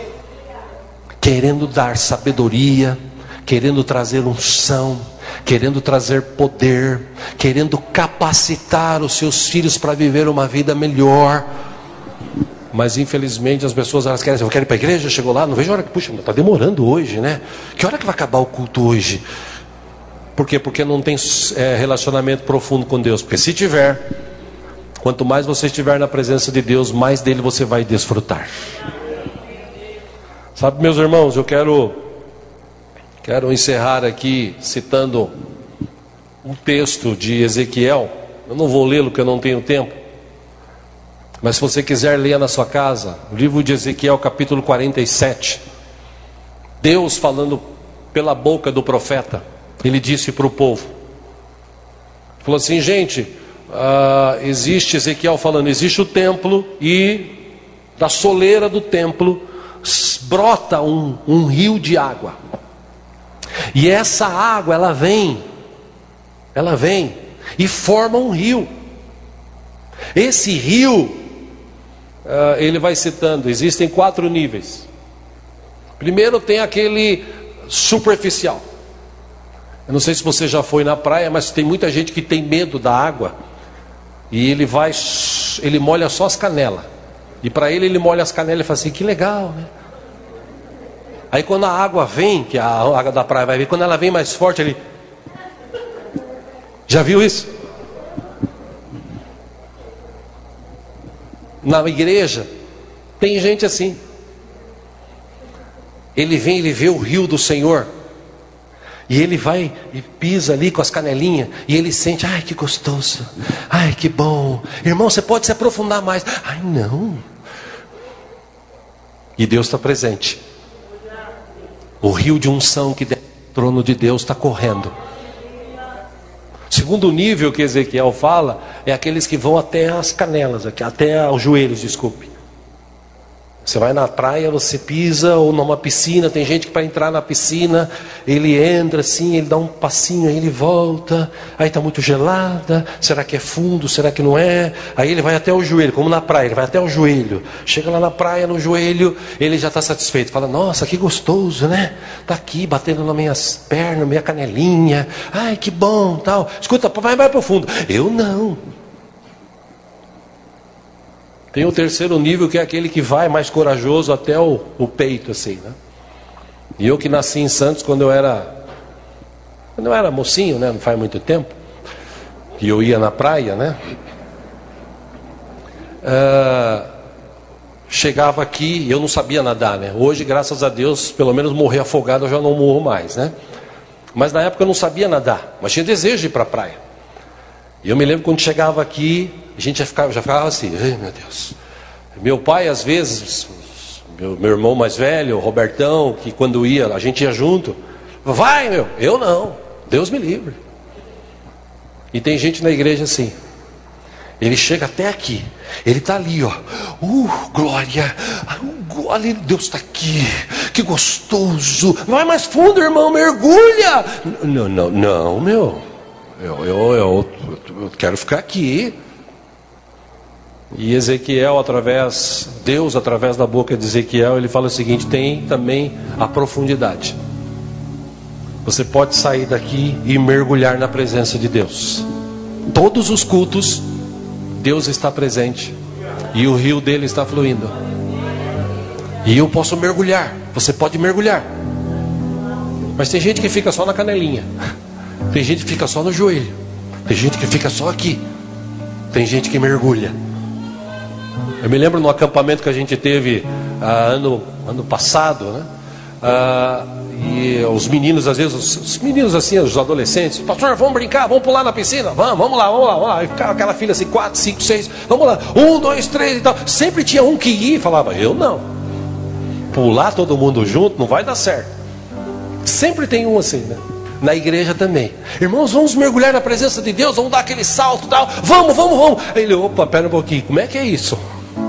querendo dar sabedoria, querendo trazer unção, querendo trazer poder, querendo capacitar os seus filhos para viver uma vida melhor. Mas infelizmente as pessoas, elas querem, eu quero ir para a igreja, chegou lá, não vejo a hora que, puxa, está demorando hoje, né? Que hora que vai acabar o culto hoje? Por quê? Porque não tem é, relacionamento profundo com Deus. Porque se tiver, quanto mais você estiver na presença de Deus, mais dele você vai desfrutar. Sabe, meus irmãos, eu quero quero encerrar aqui citando um texto de Ezequiel. Eu não vou lê-lo porque eu não tenho tempo, mas se você quiser ler na sua casa, o livro de Ezequiel, capítulo quarenta e sete. Deus falando pela boca do profeta, Ele disse para o povo, falou assim: gente, uh, existe, Ezequiel falando, existe o templo, e da soleira do templo brota um, um rio de água, e essa água ela vem, ela vem e forma um rio. Esse rio, uh, ele vai citando, existem quatro níveis. Primeiro tem aquele superficial. Eu não sei se você já foi na praia, mas tem muita gente que tem medo da água, e ele vai, ele molha só as canelas, e para ele, ele molha as canelas e fala assim: que legal, né? Aí quando a água vem, que a água da praia vai vir, quando ela vem mais forte, ele... Já viu isso? Na igreja tem gente assim. Ele vem, ele vê o rio do Senhor, e ele vai e pisa ali com as canelinhas, e ele sente: ai, que gostoso, ai, que bom. Irmão, você pode se aprofundar mais. Ai, não. E Deus está presente. O rio de unção que desce do trono de Deus está correndo. Segundo nível que Ezequiel fala, é aqueles que vão até as canelas, até os joelhos, desculpe. Você vai na praia, você pisa, ou numa piscina, tem gente que para entrar na piscina, ele entra assim, ele dá um passinho, aí ele volta, aí está muito gelada, será que é fundo, será que não é? Aí ele vai até o joelho, como na praia, ele vai até o joelho, chega lá na praia, no joelho, ele já está satisfeito, fala: nossa, que gostoso, né? Está aqui, batendo nas minhas pernas, minha canelinha, ai, que bom, tal. Escuta, vai mais para o fundo. Eu não. Tem o terceiro nível, que é aquele que vai mais corajoso até o, o peito, assim, né? E eu que nasci em Santos quando eu era quando eu era mocinho, né? Não faz muito tempo, que eu ia na praia, né? Uh, chegava aqui e eu não sabia nadar, né? Hoje, graças a Deus, pelo menos morrer afogado eu já não morro mais, né? Mas na época eu não sabia nadar, mas tinha desejo de ir para a praia. E eu me lembro quando chegava aqui, a gente já ficava, já ficava assim: ai, meu Deus. Meu pai, às vezes, meu, meu irmão mais velho, o Robertão, que quando ia, a gente ia junto. Vai, meu, eu não. Deus me livre. E tem gente na igreja assim. Ele chega até aqui. Ele está ali, ó. Uh, glória. Uh, glória, Deus está aqui. Que gostoso. Vai mais fundo, irmão, mergulha. Não, não, não, meu. Eu, eu, eu, eu quero ficar aqui. E Ezequiel, através, Deus, através da boca de Ezequiel, ele fala o seguinte: tem também a profundidade. Você pode sair daqui e mergulhar na presença de Deus. Todos os cultos, Deus está presente. E o rio dele está fluindo. E eu posso mergulhar. Você pode mergulhar. Mas tem gente que fica só na canelinha. Tem gente que fica só no joelho. Tem gente que fica só aqui. Tem gente que mergulha. Eu me lembro no acampamento que a gente teve ah, ano, ano passado, né? Ah, e os meninos, às vezes, os, os meninos assim, os adolescentes: pastor, vamos brincar, vamos pular na piscina, vamos, vamos lá, vamos lá, vamos lá. E ficava aquela filha assim, quatro, cinco, seis, vamos lá, um, dois, três e tal. Sempre tinha um que ia e falava: eu não. Pular todo mundo junto não vai dar certo. Sempre tem um assim, né? Na igreja também. Irmãos, vamos mergulhar na presença de Deus, vamos dar aquele salto e tal. Vamos, vamos, vamos. Aí ele: opa, pera um pouquinho, como é que é isso?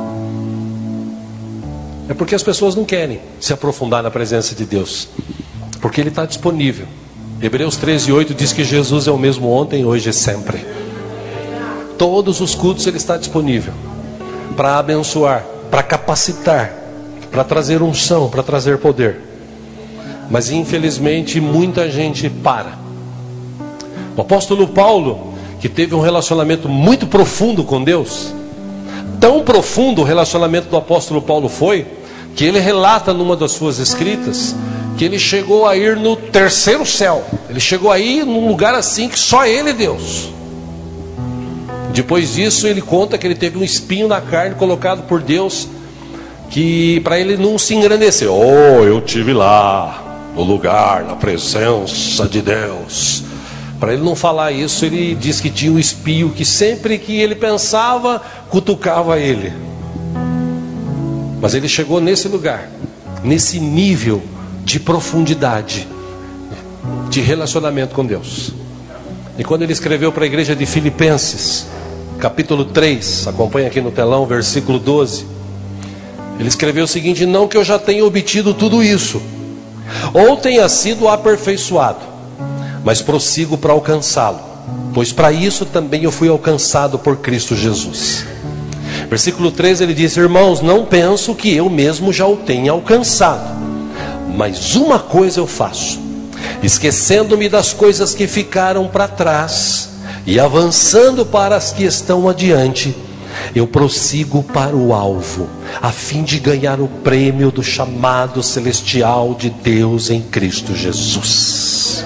É porque as pessoas não querem se aprofundar na presença de Deus. Porque Ele está disponível. Hebreus treze, oito diz que Jesus é o mesmo ontem, hoje e sempre. Todos os cultos Ele está disponível. Para abençoar, para capacitar, para trazer unção, para trazer poder. Mas infelizmente muita gente para. O apóstolo Paulo, que teve um relacionamento muito profundo com Deus, tão profundo o relacionamento do apóstolo Paulo foi, que ele relata numa das suas escritas, que ele chegou a ir no terceiro céu. Ele chegou a ir num lugar assim que só ele e Deus. Depois disso ele conta que ele teve um espinho na carne colocado por Deus, que para ele não se engrandecer. Oh, eu tive lá, no lugar, na presença de Deus. Para ele não falar isso, ele diz que tinha um espinho que sempre que ele pensava, cutucava ele. Mas ele chegou nesse lugar, nesse nível de profundidade, de relacionamento com Deus. E quando ele escreveu para a igreja de Filipenses, capítulo três, acompanha aqui no telão, versículo doze. Ele escreveu o seguinte: não que eu já tenha obtido tudo isso, ou tenha sido aperfeiçoado, mas prossigo para alcançá-lo, pois para isso também eu fui alcançado por Cristo Jesus. Versículo treze ele diz: irmãos, não penso que eu mesmo já o tenha alcançado, mas uma coisa eu faço, esquecendo-me das coisas que ficaram para trás e avançando para as que estão adiante, eu prossigo para o alvo, a fim de ganhar o prêmio do chamado celestial de Deus em Cristo Jesus.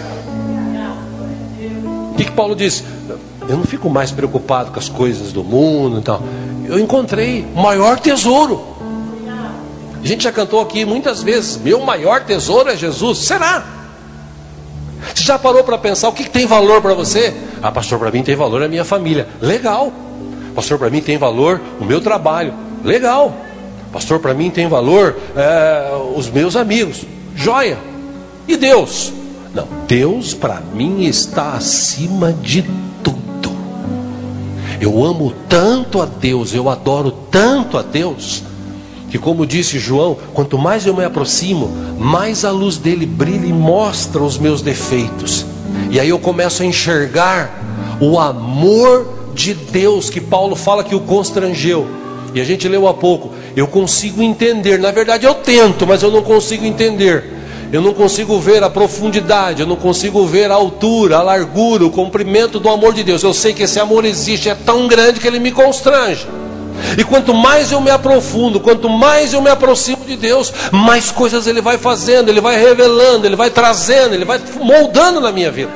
O que, que Paulo disse? Eu não fico mais preocupado com as coisas do mundo e tal. Eu encontrei o maior tesouro. A gente já cantou aqui muitas vezes: meu maior tesouro é Jesus. Será? Você já parou para pensar o que, que tem valor para você? Ah, pastor, para mim tem valor a minha família. Legal. Pastor, para mim tem valor o meu trabalho. Legal. Pastor, para mim tem valor é, os meus amigos. Joia. E Deus? Não, Deus para mim está acima de tudo. Eu amo tanto a Deus, eu adoro tanto a Deus, que, como disse João, quanto mais eu me aproximo, mais a luz dele brilha e mostra os meus defeitos. E aí eu começo a enxergar o amor de Deus, que Paulo fala que o constrangeu. E a gente leu há pouco. Eu consigo entender, na verdade eu tento, mas eu não consigo entender. Eu não consigo ver a profundidade, eu não consigo ver a altura, a largura, o comprimento do amor de Deus. Eu sei que esse amor existe, é tão grande que ele me constrange. E quanto mais eu me aprofundo, quanto mais eu me aproximo de Deus, mais coisas Ele vai fazendo, Ele vai revelando, Ele vai trazendo, Ele vai moldando na minha vida.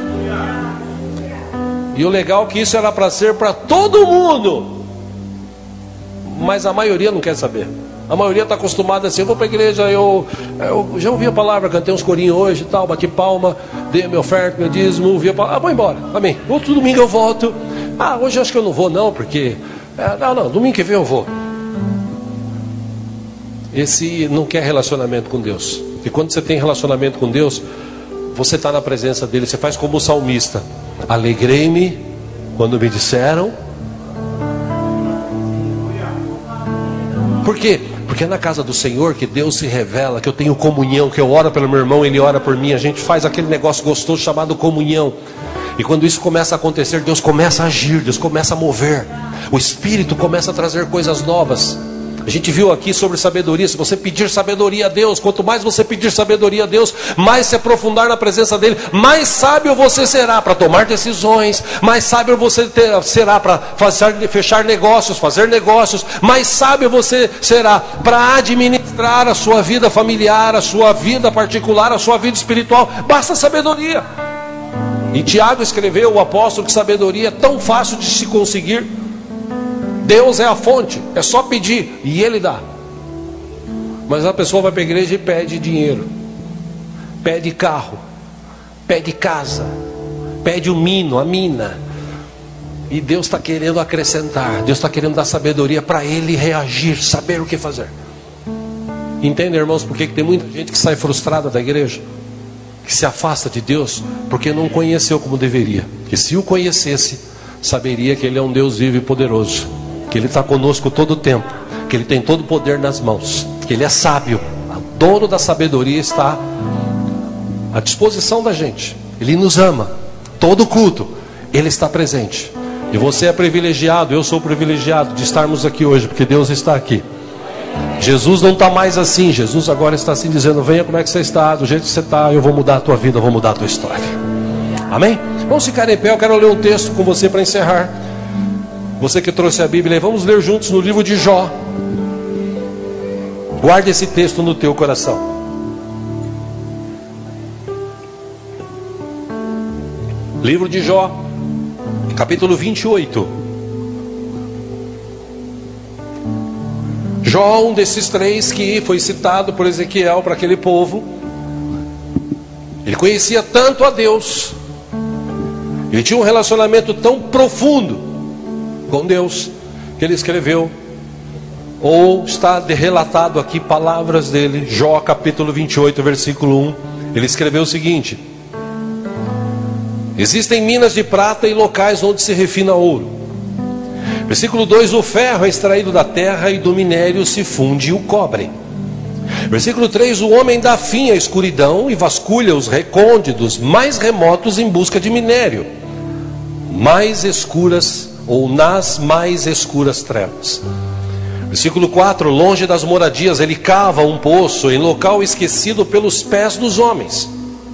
E o legal é que isso era para ser para todo mundo, mas a maioria não quer saber. A maioria está acostumada assim: eu vou para a igreja, eu, eu já ouvi a palavra, cantei uns corinhos hoje e tal, bati palma, dei minha oferta, meu dízimo, ouvi a palavra, ah, vou embora, amém. Outro domingo eu volto. Ah, hoje acho que eu não vou não, porque é, não, não, domingo que vem eu vou. Esse não quer relacionamento com Deus. E quando você tem relacionamento com Deus, você está na presença dele, você faz como o salmista: alegrei-me quando me disseram. Por quê? Porque é na casa do Senhor que Deus se revela, que eu tenho comunhão, que eu oro pelo meu irmão, ele ora por mim, a gente faz aquele negócio gostoso chamado comunhão. E quando isso começa a acontecer, Deus começa a agir, Deus começa a mover, o Espírito começa a trazer coisas novas. A gente viu aqui sobre sabedoria. Se você pedir sabedoria a Deus, quanto mais você pedir sabedoria a Deus, mais se aprofundar na presença dele, mais sábio você será para tomar decisões, mais sábio você ter, será para fazer, fechar negócios, fazer negócios, mais sábio você será para administrar a sua vida familiar, a sua vida particular, a sua vida espiritual. Basta sabedoria. E Tiago escreveu, o apóstolo, que sabedoria é tão fácil de se conseguir. Deus é a fonte, é só pedir e Ele dá. Mas a pessoa vai para a igreja e pede dinheiro, pede carro, pede casa, pede o mino, a mina. E Deus está querendo acrescentar, Deus está querendo dar sabedoria para Ele reagir, saber o que fazer. Entendem, irmãos, por que tem muita gente que sai frustrada da igreja, que se afasta de Deus, porque não conheceu como deveria. Que se o conhecesse, saberia que Ele é um Deus vivo e poderoso, que Ele está conosco todo o tempo, que Ele tem todo o poder nas mãos, que Ele é sábio, o dono da sabedoria está à disposição da gente. Ele nos ama, todo culto Ele está presente. E você é privilegiado, eu sou privilegiado de estarmos aqui hoje, porque Deus está aqui. Jesus não está mais assim, Jesus agora está assim dizendo: venha, como é que você está, do jeito que você está, eu vou mudar a tua vida, eu vou mudar a tua história. Amém? Vamos ficar em pé, eu quero ler um texto com você para encerrar. Você que trouxe a Bíblia, vamos ler juntos no livro de Jó. Guarde esse texto no teu coração. Livro de Jó, capítulo vinte e oito. Jó, um desses três que foi citado por Ezequiel para aquele povo. Ele conhecia tanto a Deus, ele tinha um relacionamento tão profundo com Deus, que ele escreveu, ou está relatado aqui palavras dele. Jó capítulo vinte e oito, versículo um. Ele escreveu o seguinte: existem minas de prata e locais onde se refina ouro. Versículo dois: o ferro é extraído da terra e do minério se funde o cobre. Versículo três: o homem dá fim à escuridão e vasculha os recônditos mais remotos em busca de minério, mais escuras, ou nas mais escuras trevas. Versículo quatro: longe das moradias ele cava um poço em local esquecido pelos pés dos homens.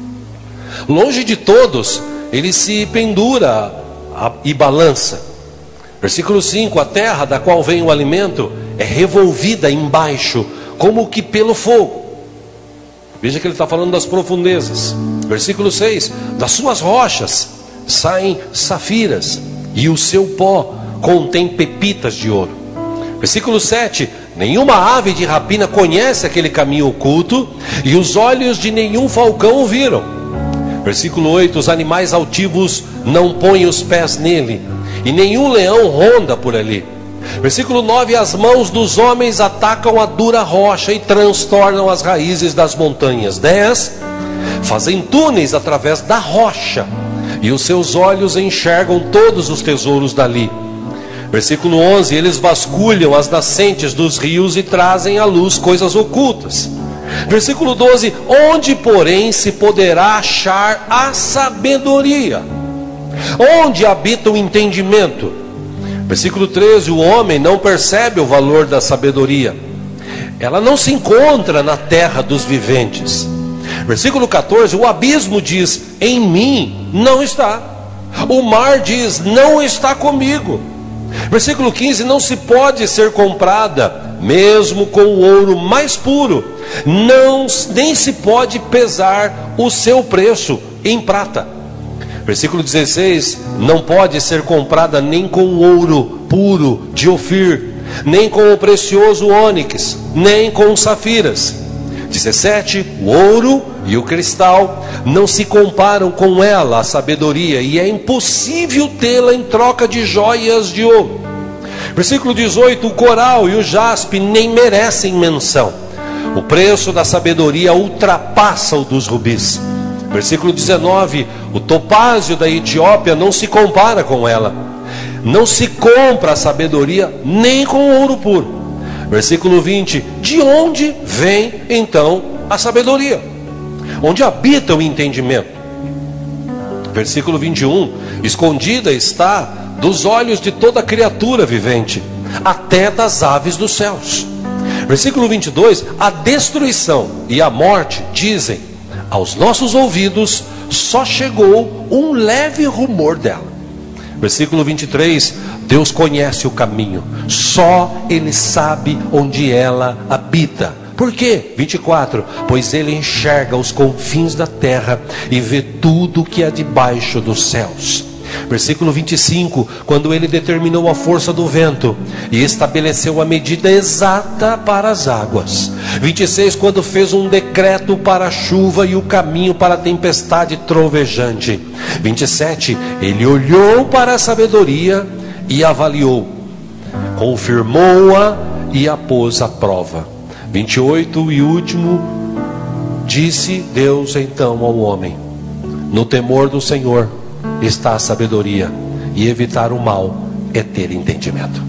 Longe de todos ele se pendura e balança. Versículo cinco: a terra da qual vem o alimento é revolvida embaixo, como que pelo fogo. Veja que ele está falando das profundezas. Versículo seis: das suas rochas saem safiras, e o seu pó contém pepitas de ouro. Versículo sete: nenhuma ave de rapina conhece aquele caminho oculto, e os olhos de nenhum falcão o viram. Versículo oito: os animais altivos não põem os pés nele, e nenhum leão ronda por ali. Versículo nove: as mãos dos homens atacam a dura rocha e transtornam as raízes das montanhas. dez: fazem túneis através da rocha, e os seus olhos enxergam todos os tesouros dali. Versículo onze: eles vasculham as nascentes dos rios e trazem à luz coisas ocultas. Versículo doze: onde, porém, se poderá achar a sabedoria? Onde habita o entendimento? Versículo treze: o homem não percebe o valor da sabedoria, ela não se encontra na terra dos viventes. Versículo quatorze: o abismo diz: em mim não está. O mar diz: não está comigo. Versículo quinze: não se pode ser comprada, mesmo com o ouro mais puro, não, nem se pode pesar o seu preço em prata. Versículo dezesseis: não pode ser comprada nem com o ouro puro de Ofir, nem com o precioso ônix, nem com safiras. dezessete: o ouro e o cristal não se comparam com ela, a sabedoria, e é impossível tê-la em troca de joias de ouro. Versículo dezoito: o coral e o jaspe nem merecem menção, o preço da sabedoria ultrapassa o dos rubis. Versículo dezenove: o topázio da Etiópia não se compara com ela, não se compra a sabedoria nem com ouro puro. Versículo vinte: de onde vem então a sabedoria? Onde habita o entendimento? Versículo vinte e um: escondida está dos olhos de toda criatura vivente, até das aves dos céus. Versículo vinte e dois: a destruição e a morte dizem, aos nossos ouvidos só chegou um leve rumor dela. Versículo vinte e três: Deus conhece o caminho, só Ele sabe onde ela habita. Por quê? vinte e quatro: pois Ele enxerga os confins da terra e vê tudo que é debaixo dos céus. Versículo vinte e cinco: quando Ele determinou a força do vento e estabeleceu a medida exata para as águas. vinte e seis: quando fez um decreto para a chuva e o caminho para a tempestade trovejante. vinte e sete: Ele olhou para a sabedoria e avaliou, confirmou-a e a pôs à prova. vinte e oito e último: disse Deus então ao homem, no temor do Senhor está a sabedoria, e evitar o mal é ter entendimento.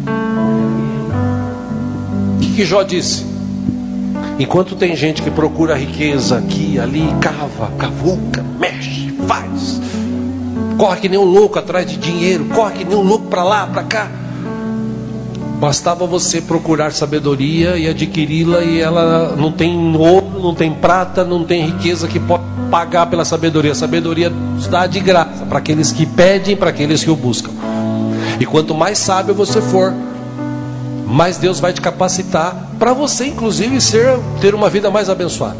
O que, que Jó disse? Enquanto tem gente que procura riqueza aqui, ali, cava, cavuca, mexe, faz, corre que nem um louco atrás de dinheiro, corre que nem um louco para lá, para cá, bastava você procurar sabedoria e adquiri-la, e ela não tem ouro, não tem prata, não tem riqueza que pode pagar pela sabedoria. A sabedoria nos dá de graça para aqueles que pedem, para aqueles que o buscam. E quanto mais sábio você for, mais Deus vai te capacitar para você, inclusive, ser, ter uma vida mais abençoada.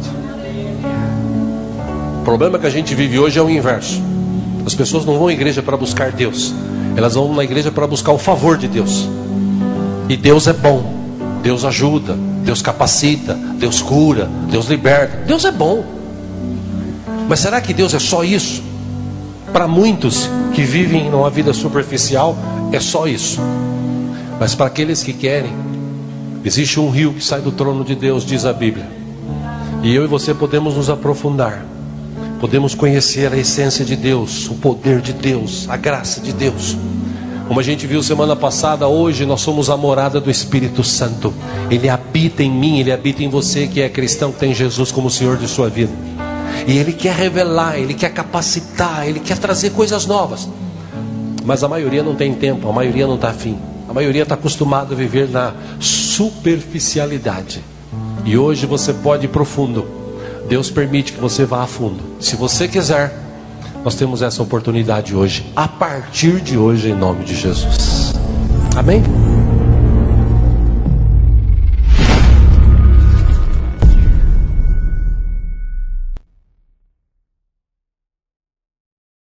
O problema que a gente vive hoje é o inverso. As pessoas não vão à igreja para buscar Deus, elas vão na igreja para buscar o favor de Deus. E Deus é bom, Deus ajuda, Deus capacita, Deus cura, Deus liberta. Deus é bom. Mas será que Deus é só isso? Para muitos que vivem numa vida superficial, é só isso. Mas para aqueles que querem, existe um rio que sai do trono de Deus, diz a Bíblia. E eu e você podemos nos aprofundar, podemos conhecer a essência de Deus, o poder de Deus, a graça de Deus. Como a gente viu semana passada, hoje nós somos a morada do Espírito Santo. Ele habita em mim, Ele habita em você que é cristão, que tem Jesus como Senhor de sua vida. E Ele quer revelar, Ele quer capacitar, Ele quer trazer coisas novas. Mas a maioria não tem tempo, a maioria não está afim. A maioria está acostumada a viver na superficialidade. E hoje você pode ir profundo. Deus permite que você vá a fundo. Se você quiser, nós temos essa oportunidade hoje, a partir de hoje, em nome de Jesus. Amém?